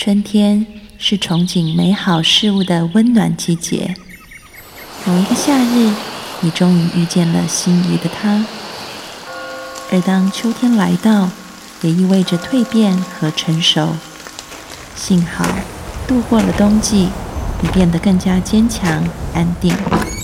春天是憧憬美好事物的温暖季节。某一个夏日，你终于遇见了心仪的他。而当秋天来到，也意味着蜕变和成熟。幸好度过了冬季，你变得更加坚强安定。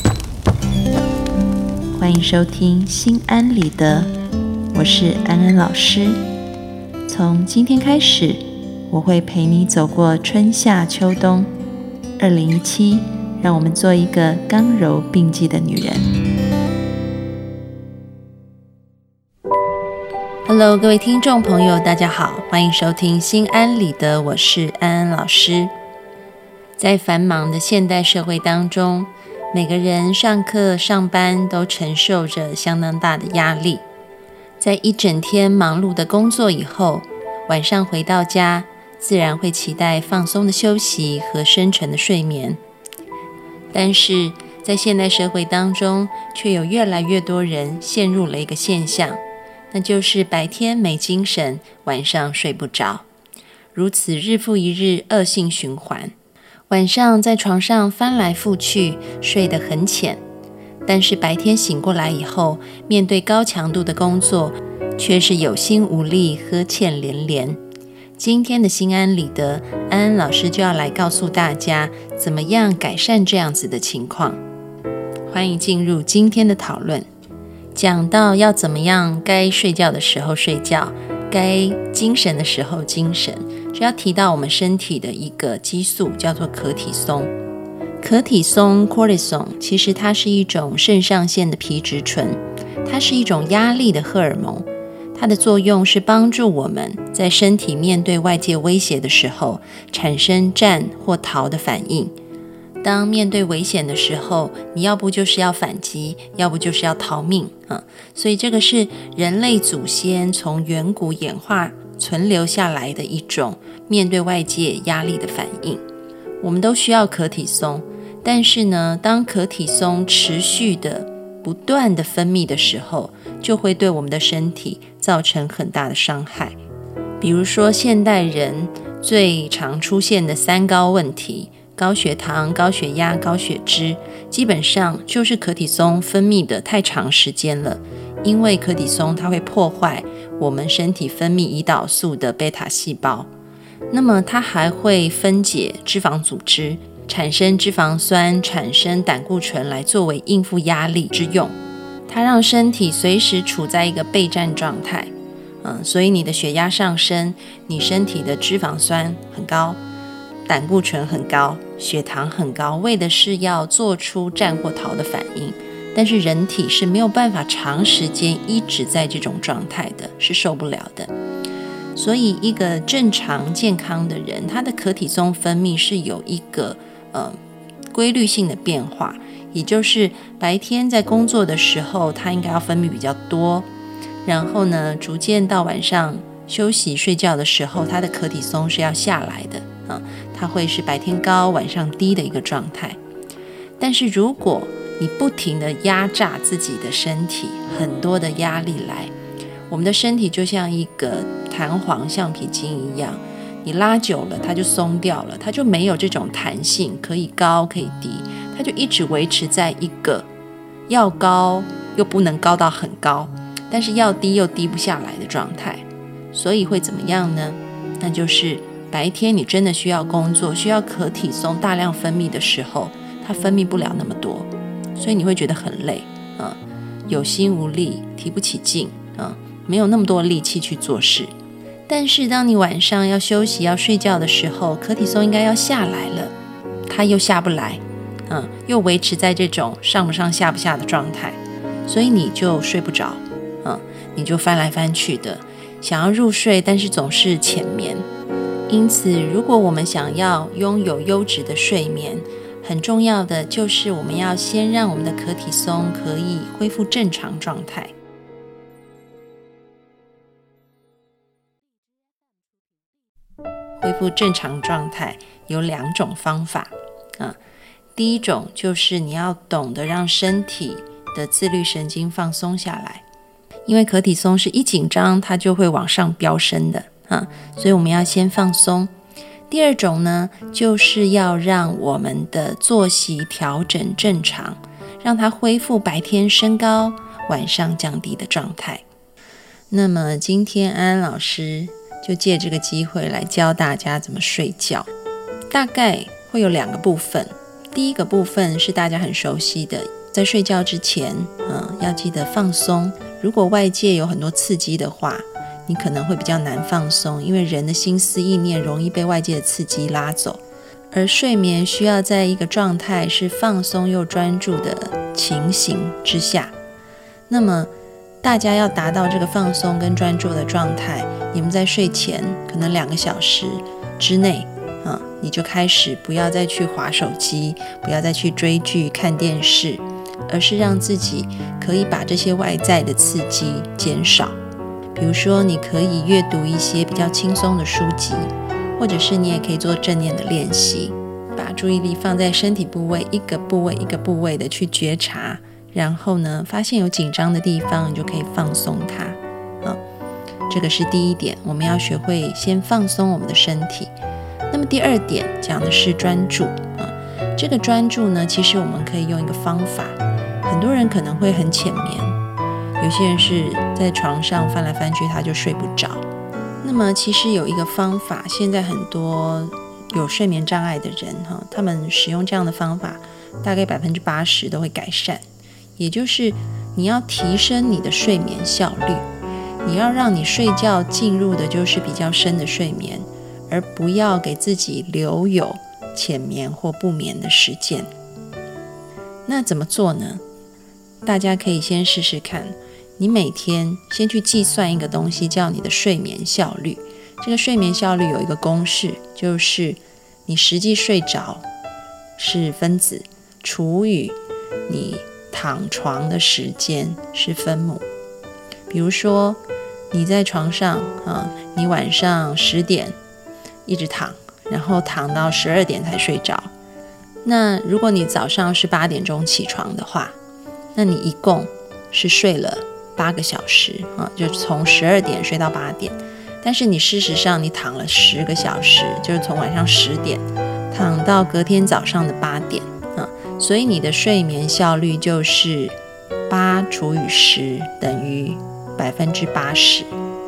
欢迎收听心安理得，我是安安老师。从今天开始，我会陪你走过春夏秋冬。2017，让我们做一个刚柔并济的女人。Hello， 各位听众朋友，大家好，欢迎收听心安理得，我是安安老师。在繁忙的现代社会当中，每个人上课上班都承受着相当大的压力。在一整天忙碌的工作以后，晚上回到家，自然会期待放松的休息和深沉的睡眠。但是在现代社会当中，却有越来越多人陷入了一个现象，那就是白天没精神，晚上睡不着，如此日复一日，恶性循环。晚上在床上翻来覆去，睡得很浅，但是白天醒过来以后，面对高强度的工作，却是有心无力，呵欠连连。今天的心安理得，安安老师就要来告诉大家，怎么样改善这样子的情况。欢迎进入今天的讨论。讲到要怎么样该睡觉的时候睡觉，该精神的时候精神，就要提到我们身体的一个激素，叫做可体松。可体松 cortisol 其实它是一种肾上腺的皮质醇，它是一种压力的荷尔蒙。它的作用是帮助我们在身体面对外界威胁的时候，产生战或逃的反应。当面对危险的时候，你要不就是要反击，要不就是要逃命所以这个是人类祖先从远古演化存留下来的一种面对外界压力的反应。我们都需要可体松，但是呢，当可体松持续的不断的分泌的时候，就会对我们的身体造成很大的伤害。比如说现代人最常出现的3高问题，高血糖、高血压、高血脂，基本上就是可体松分泌的太长时间了。因为可体松它会破坏我们身体分泌胰岛素的贝塔细胞，那么它还会分解脂肪组织，产生脂肪酸，产生胆固醇来作为应付压力之用。它让身体随时处在一个备战状态，所以你的血压上升，你身体的脂肪酸很高，胆固醇很高，血糖很高，为的是要做出战或逃的反应。但是人体是没有办法长时间一直在这种状态的，是受不了的。所以一个正常健康的人，他的可体松分泌是有一个规律性的变化，也就是白天在工作的时候，他应该要分泌比较多，然后呢，逐渐到晚上休息睡觉的时候，他的可体松是要下来的它会是白天高晚上低的一个状态。但是如果你不停的压榨自己的身体，很多的压力来，我们的身体就像一个弹簧橡皮筋一样，你拉久了它就松掉了，它就没有这种弹性，可以高可以低，它就一直维持在一个要高又不能高到很高，但是要低又低不下来的状态。所以会怎么样呢？那就是白天你真的需要工作，需要可体松大量分泌的时候，它分泌不了那么多，所以你会觉得很累有心无力，提不起劲没有那么多力气去做事。但是当你晚上要休息要睡觉的时候，可体松应该要下来了，它又下不来又维持在这种上不上下不下的状态，所以你就睡不着你就翻来翻去的想要入睡，但是总是浅眠。因此如果我们想要拥有优质的睡眠，很重要的就是我们要先让我们的可体松可以恢复正常状态。恢复正常状态有2种方法第一种就是你要懂得让身体的自律神经放松下来，因为可体松是一紧张它就会往上飙升的所以我们要先放松。 第二种呢，就是要让我们的作息调整正常，让它恢复白天升高、晚上降低的状态。那么今天安安老师就借这个机会来教大家怎么睡觉，大概会有2个部分。第一个部分是大家很熟悉的，在睡觉之前要记得放松。如果外界有很多刺激的话，你可能会比较难放松，因为人的心思意念容易被外界的刺激拉走，而睡眠需要在一个状态是放松又专注的情形之下。那么大家要达到这个放松跟专注的状态，你们在睡前可能2个小时之内你就开始不要再去滑手机，不要再去追剧看电视，而是让自己可以把这些外在的刺激减少。比如说你可以阅读一些比较轻松的书籍，或者是你也可以做正念的练习，把注意力放在身体部位，一个部位一个部位的去觉察，然后呢发现有紧张的地方，你就可以放松它这个是第一点，我们要学会先放松我们的身体。那么第2点讲的是专注这个专注呢，其实我们可以用一个方法。很多人可能会很浅眠，有些人是在床上翻来翻去他就睡不着。那么其实有一个方法，现在很多有睡眠障碍的人他们使用这样的方法，大概80%都会改善。也就是你要提升你的睡眠效率，你要让你睡觉进入的就是比较深的睡眠，而不要给自己留有浅眠或不眠的时间。那怎么做呢？大家可以先试试看，你每天先去计算一个东西，叫你的睡眠效率。这个睡眠效率有一个公式，就是你实际睡着是分子除以你躺床的时间是分母。比如说你在床上你晚上10点一直躺，然后躺到12点才睡着。那如果你早上是8点钟起床的话，那你一共是睡了8个小时就从12点睡到8点。但是你事实上你躺了10个小时，就是从晚上10点躺到隔天早上的8点所以你的睡眠效率就是8除以10等于80%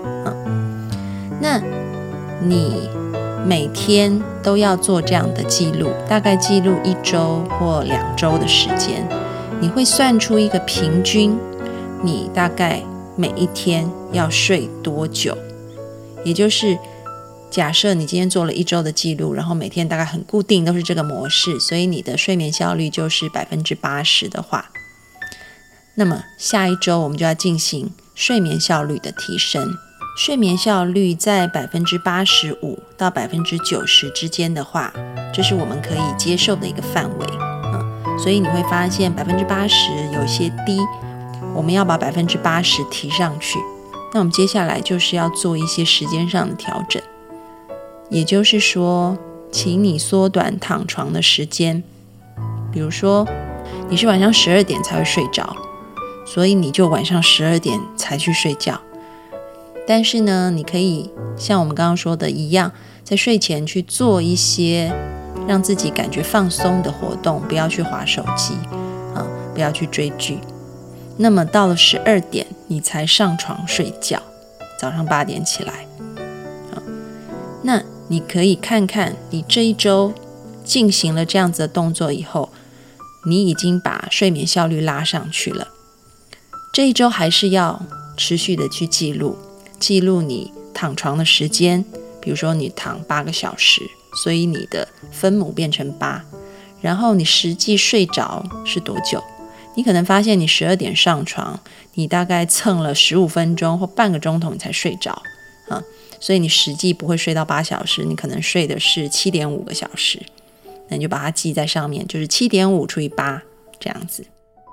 那你每天都要做这样的记录，大概记录1周或2周的时间，你会算出一个平均，你大概每一天要睡多久。也就是假设你今天做了1周的记录，然后每天大概很固定都是这个模式，所以你的睡眠效率就是80%的话，那么下一周我们就要进行睡眠效率的提升。睡眠效率在85%到90%之间的话，这是我们可以接受的一个范围所以你会发现80%有些低，我们要把80%提上去。那我们接下来就是要做一些时间上的调整，也就是说请你缩短躺床的时间。比如说你是晚上12点才会睡着，所以你就晚上12点才去睡觉。但是呢，你可以像我们刚刚说的一样，在睡前去做一些让自己感觉放松的活动，不要去滑手机不要去追剧。那么到了12点你才上床睡觉，早上8点起来那你可以看看你这一周进行了这样子的动作以后，你已经把睡眠效率拉上去了。这一周还是要持续的去记录你躺床的时间。比如说你躺8个小时，所以你的分母变成8，然后你实际睡着是多久。你可能发现你12点上床，你大概蹭了15分钟或半个钟头你才睡着所以你实际不会睡到8小时，你可能睡的是7.5个小时。那你就把它记在上面，就是 7.5 除以8这样子。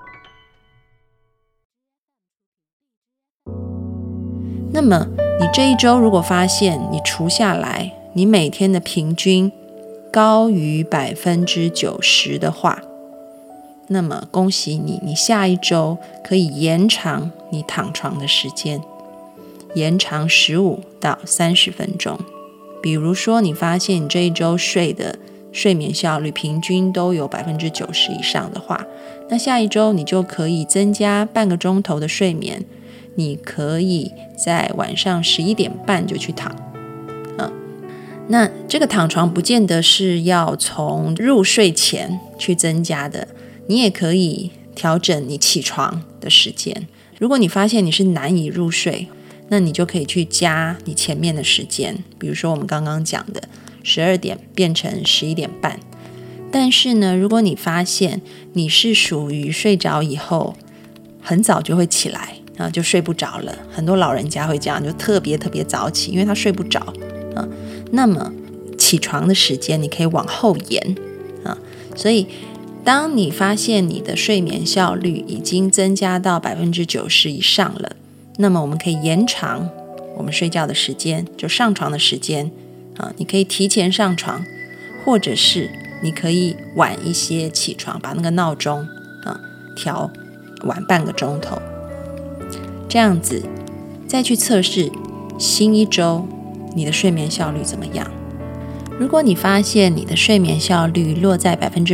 那么你这一周如果发现你除下来你每天的平均高于 90% 的话，那么恭喜你，你下一周可以延长你躺床的时间，延长15到30分钟。 比如说你发现你这一周睡的睡眠效率平均都有 90% 以上的话，那下一周你就可以增加半个钟头的睡眠，你可以在晚上11点半就去躺。那这个躺床不见得是要从入睡前去增加的，你也可以调整你起床的时间。如果你发现你是难以入睡，那你就可以去加你前面的时间，比如说我们刚刚讲的12点变成11点半。但是呢，如果你发现你是属于睡着以后很早就会起来就睡不着了，很多老人家会这样，就特别早起，因为他睡不着那么起床的时间你可以往后延所以当你发现你的睡眠效率已经增加到 90% 以上了，那么我们可以延长我们睡觉的时间，就上床的时间你可以提前上床，或者是你可以晚一些起床，把那个闹钟调晚半个钟头，这样子再去测试新一周你的睡眠效率怎么样。如果你发现你的睡眠效率落在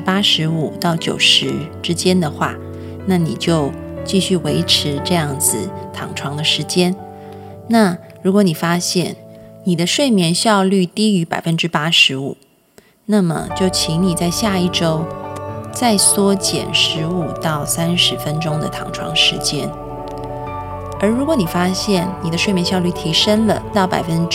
85% 到 90% 之间的话，那你就继续维持这样子躺床的时间。那如果你发现你的睡眠效率低于 85%， 那么就请你在下一周再缩减15到30分钟的躺床时间。而如果你发现你的睡眠效率提升了到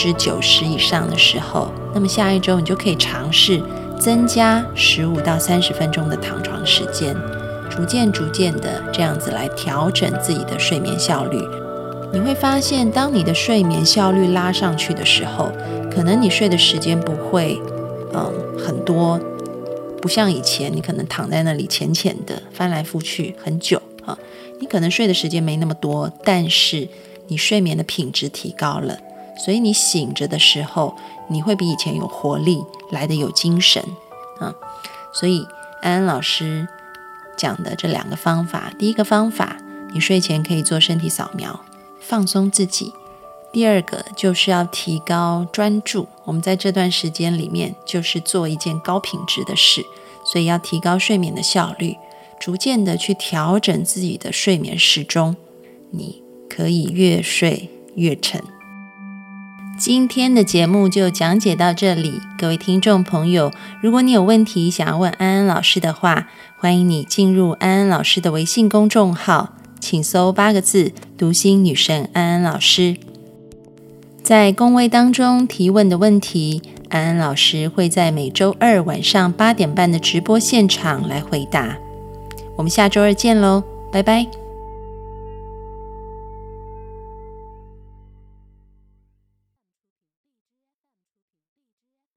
90% 以上的时候，那么下一周你就可以尝试增加15到30分钟的躺床时间，逐渐的这样子来调整自己的睡眠效率。你会发现当你的睡眠效率拉上去的时候，可能你睡的时间不会很多，不像以前你可能躺在那里浅浅的翻来覆去很久你可能睡的时间没那么多，但是你睡眠的品质提高了，所以你醒着的时候你会比以前有活力，来得有精神所以安安老师讲的这2个方法，第一个方法你睡前可以做身体扫描放松自己，第二个就是要提高专注，我们在这段时间里面就是做一件高品质的事，所以要提高睡眠的效率，逐渐的去调整自己的睡眠时钟，你可以越睡越沉。今天的节目就讲解到这里，各位听众朋友，如果你有问题想要问安安老师的话，欢迎你进入安安老师的微信公众号，请搜8个字读心女神安安老师。在公卫当中提问的问题，安安老师会在每周2晚上8点半的直播现场来回答。我们下周2见咯，拜拜。